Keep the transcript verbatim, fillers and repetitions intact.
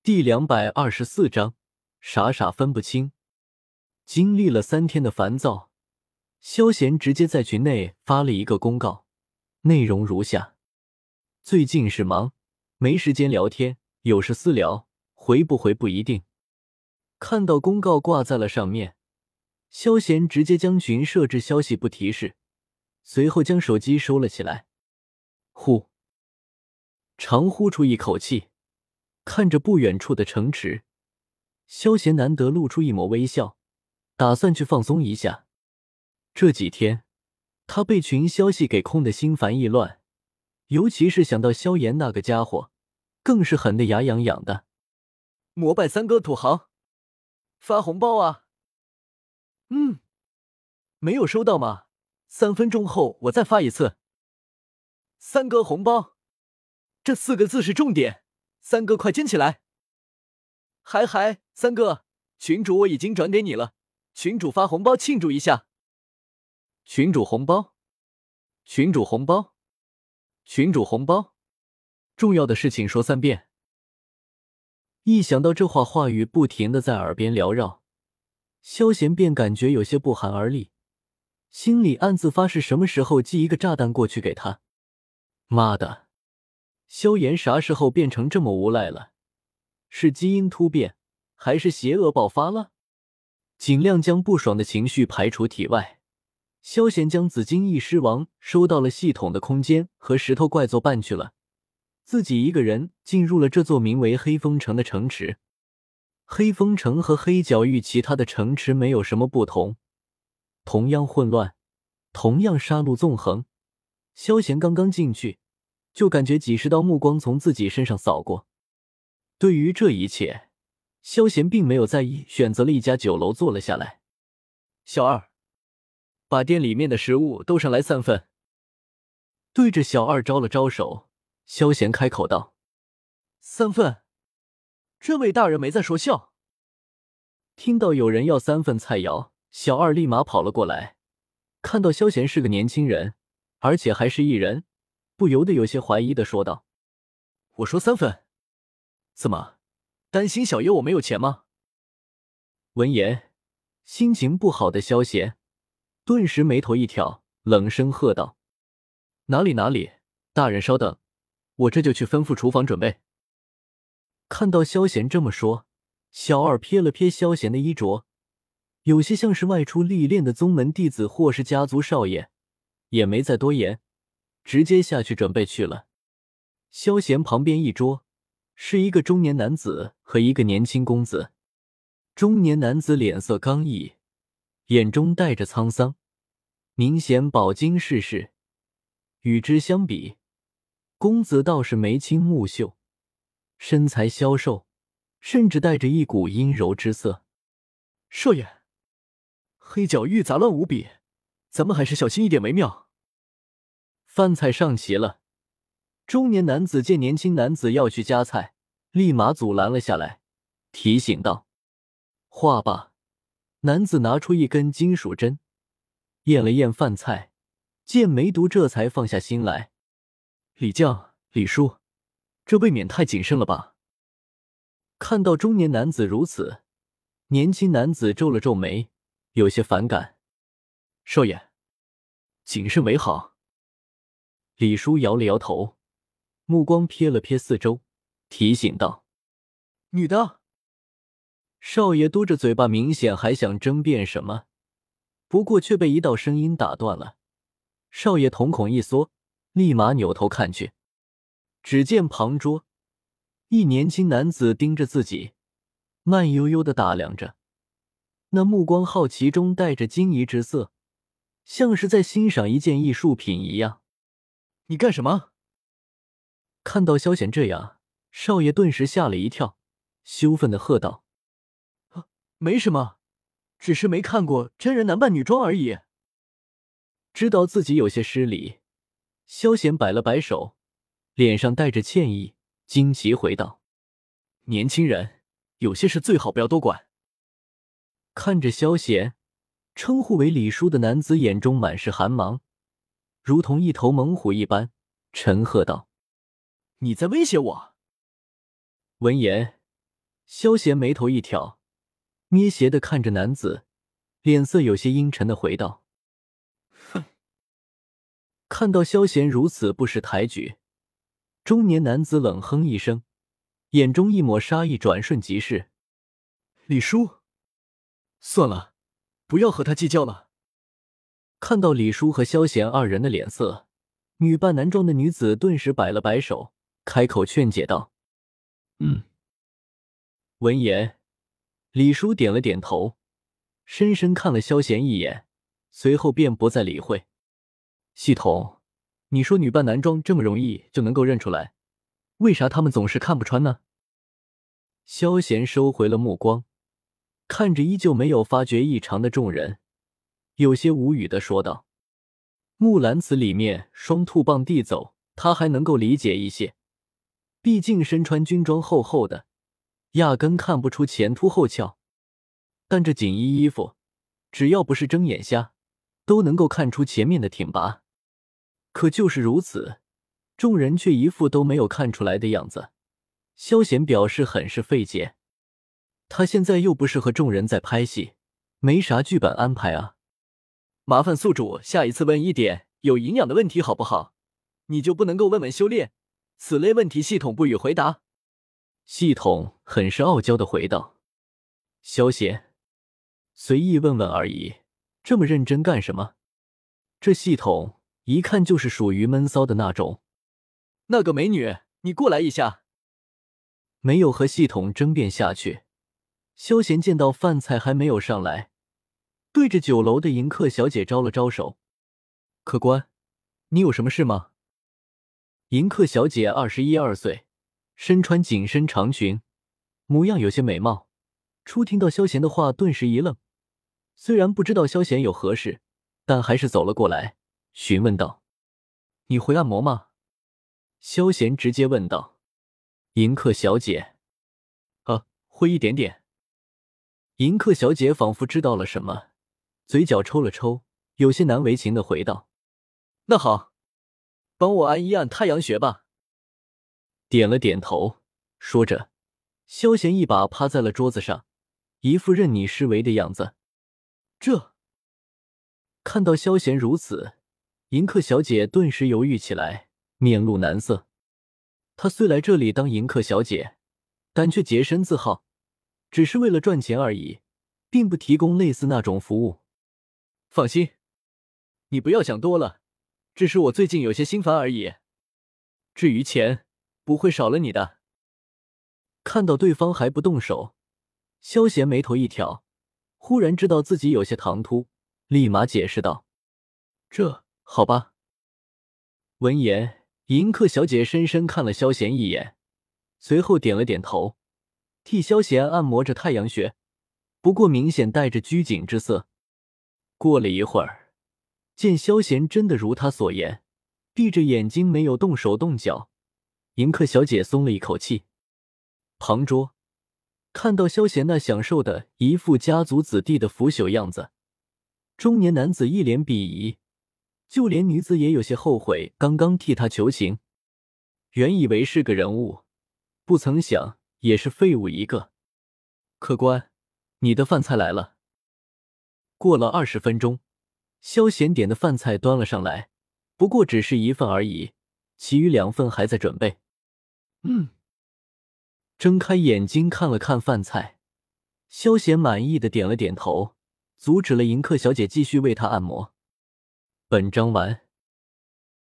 第两百二十四章，傻傻分不清。经历了三天的烦躁，萧贤直接在群内发了一个公告，内容如下：最近是忙，没时间聊天，有事私聊，回不回不一定。看到公告挂在了上面，萧贤直接将群设置消息不提示，随后将手机收了起来。呼，长呼出一口气，看着不远处的城池，萧贤难得露出一抹微笑，打算去放松一下。这几天他被群消息给空得心烦意乱，尤其是想到萧炎那个家伙，更是狠得牙痒痒的。膜拜三哥土豪，发红包啊！嗯，没有收到吗？三分钟后我再发一次。三哥红包，这四个字是重点，三哥快捡起来！还还，三哥，群主我已经转给你了，群主发红包庆祝一下。群主红包，群主红包，群主红包，重要的事情说三遍。一想到这话，话语不停地在耳边缭绕，萧贤便感觉有些不寒而栗，心里暗自发誓什么时候寄一个炸弹过去给他。妈的，萧炎啥时候变成这么无赖了？是基因突变，还是邪恶爆发了？尽量将不爽的情绪排除体外，萧贤将紫金翼狮王收到了系统的空间，和石头怪作伴去了。自己一个人进入了这座名为黑风城的城池。黑风城和黑角域其他的城池没有什么不同，同样混乱，同样杀戮纵横。萧贤刚刚进去，就感觉几十道目光从自己身上扫过。对于这一切，萧贤并没有在意，选择了一家酒楼坐了下来。小二，把店里面的食物都上来三份。对着小二招了招手，萧贤开口道：三份？这位大人没在说笑。听到有人要三份菜肴，小二立马跑了过来，看到萧贤是个年轻人，而且还是一人，不由得有些怀疑地说道：我说三份，怎么，担心小爷我没有钱吗？闻言，心情不好的萧贤顿时眉头一挑，冷声喝道：哪里哪里，大人稍等，我这就去吩咐厨房准备。看到萧贤这么说，小二瞥了瞥萧贤的衣着，有些像是外出历练的宗门弟子或是家族少爷，也没再多言，直接下去准备去了。萧贤旁边一桌是一个中年男子和一个年轻公子。中年男子脸色刚毅，眼中带着沧桑，明显饱经世事。与之相比，公子倒是眉清目秀，身材消瘦，甚至带着一股阴柔之色。少爷，黑角域杂乱无比，咱们还是小心一点为妙。饭菜上齐了，中年男子见年轻男子要去夹菜，立马阻拦了下来，提醒道。话罢，男子拿出一根金属针，验了验饭菜，见没毒，这才放下心来。李将，李叔，这未免太谨慎了吧？看到中年男子如此，年轻男子皱了皱眉，有些反感。少爷，谨慎为好。李叔摇了摇头，目光瞥了瞥四周，提醒道：女的。少爷嘟着嘴巴，明显还想争辩什么，不过却被一道声音打断了。少爷瞳孔一缩，立马扭头看去，只见旁桌一年轻男子盯着自己，慢悠悠地打量着，那目光好奇中带着惊疑之色，像是在欣赏一件艺术品一样。你干什么？看到萧贤这样，少爷顿时吓了一跳，羞愤地喝道：没什么，只是没看过真人男扮女装而已。知道自己有些失礼，萧贤摆了摆手，脸上带着歉意，惊奇回道：年轻人，有些事最好不要多管。看着萧贤，称呼为李叔的男子眼中满是寒芒，如同一头猛虎一般，沉喝道：你在威胁我？闻言， 萧贤眉头一挑，捏斜的看着男子，脸色有些阴沉的回道： 哼。 看到萧贤如此不识抬举，中年男子冷哼一声，眼中一抹杀意转瞬即逝。 李叔，算了，不要和他计较了。 看到李叔和萧贤二人的脸色，女扮男装的女子顿时摆了摆手，开口劝解道： 嗯。 闻言，李叔点了点头，深深看了萧贤一眼，随后便不再理会。系统，你说女扮男装这么容易就能够认出来，为啥他们总是看不穿呢？萧贤收回了目光，看着依旧没有发觉异常的众人，有些无语地说道：木兰辞里面双兔傍地走，他还能够理解一些，毕竟身穿军装厚厚的，压根看不出前凸后翘，但这锦衣衣服，只要不是睁眼瞎，都能够看出前面的挺拔。可就是如此，众人却一副都没有看出来的样子。萧贤表示很是费解，他现在又不是和众人在拍戏，没啥剧本安排啊。 麻烦宿主下一次问一点有营养的问题好不好？你就不能够问问修炼，此类问题系统不予回答。 系统很是傲娇的回道：萧贤，随意问问而已，这么认真干什么？这系统一看就是属于闷骚的那种。 那个美女，你过来一下。 没有和系统争辩下去，萧贤见到饭菜还没有上来，对着酒楼的迎客小姐招了招手：客官，你有什么事吗？迎客小姐二十一二岁，身穿紧身长裙，模样有些美貌，初听到萧贤的话顿时一愣，虽然不知道萧贤有何事，但还是走了过来，询问道：你会按摩吗？萧贤直接问道。迎客小姐：啊，会一点点。迎客小姐仿佛知道了什么，嘴角抽了抽，有些难为情的回道： 那好，帮我按一按太阳穴吧。 点了点头，说着，萧贤一把趴在了桌子上，一副任你施为的样子。这看到萧贤如此，迎客小姐顿时犹豫起来，面露难色。她虽来这里当迎客小姐，但却洁身自好，只是为了赚钱而已，并不提供类似那种服务。 放心，你不要想多了，只是我最近有些心烦而已。至于钱，不会少了你的。 看到对方还不动手，萧贤眉头一挑，忽然知道自己有些唐突，立马解释道：这好吧。闻言，迎客小姐深深看了萧贤一眼，随后点了点头，替萧贤按摩着太阳穴，不过明显带着拘谨之色。过了一会儿，见萧贤真的如他所言，闭着眼睛没有动手动脚，迎客小姐松了一口气。旁桌看到萧贤那享受的一副家族子弟的腐朽样子，中年男子一脸鄙夷，就连女子也有些后悔刚刚替他求情。原以为是个人物，不曾想也是废物一个。客官，你的饭菜来了。过了二十分钟，萧贤点的饭菜端了上来，不过只是一份而已，其余两份还在准备。嗯。睁开眼睛看了看饭菜，萧贤满意的点了点头，阻止了迎客小姐继续为他按摩。本章完。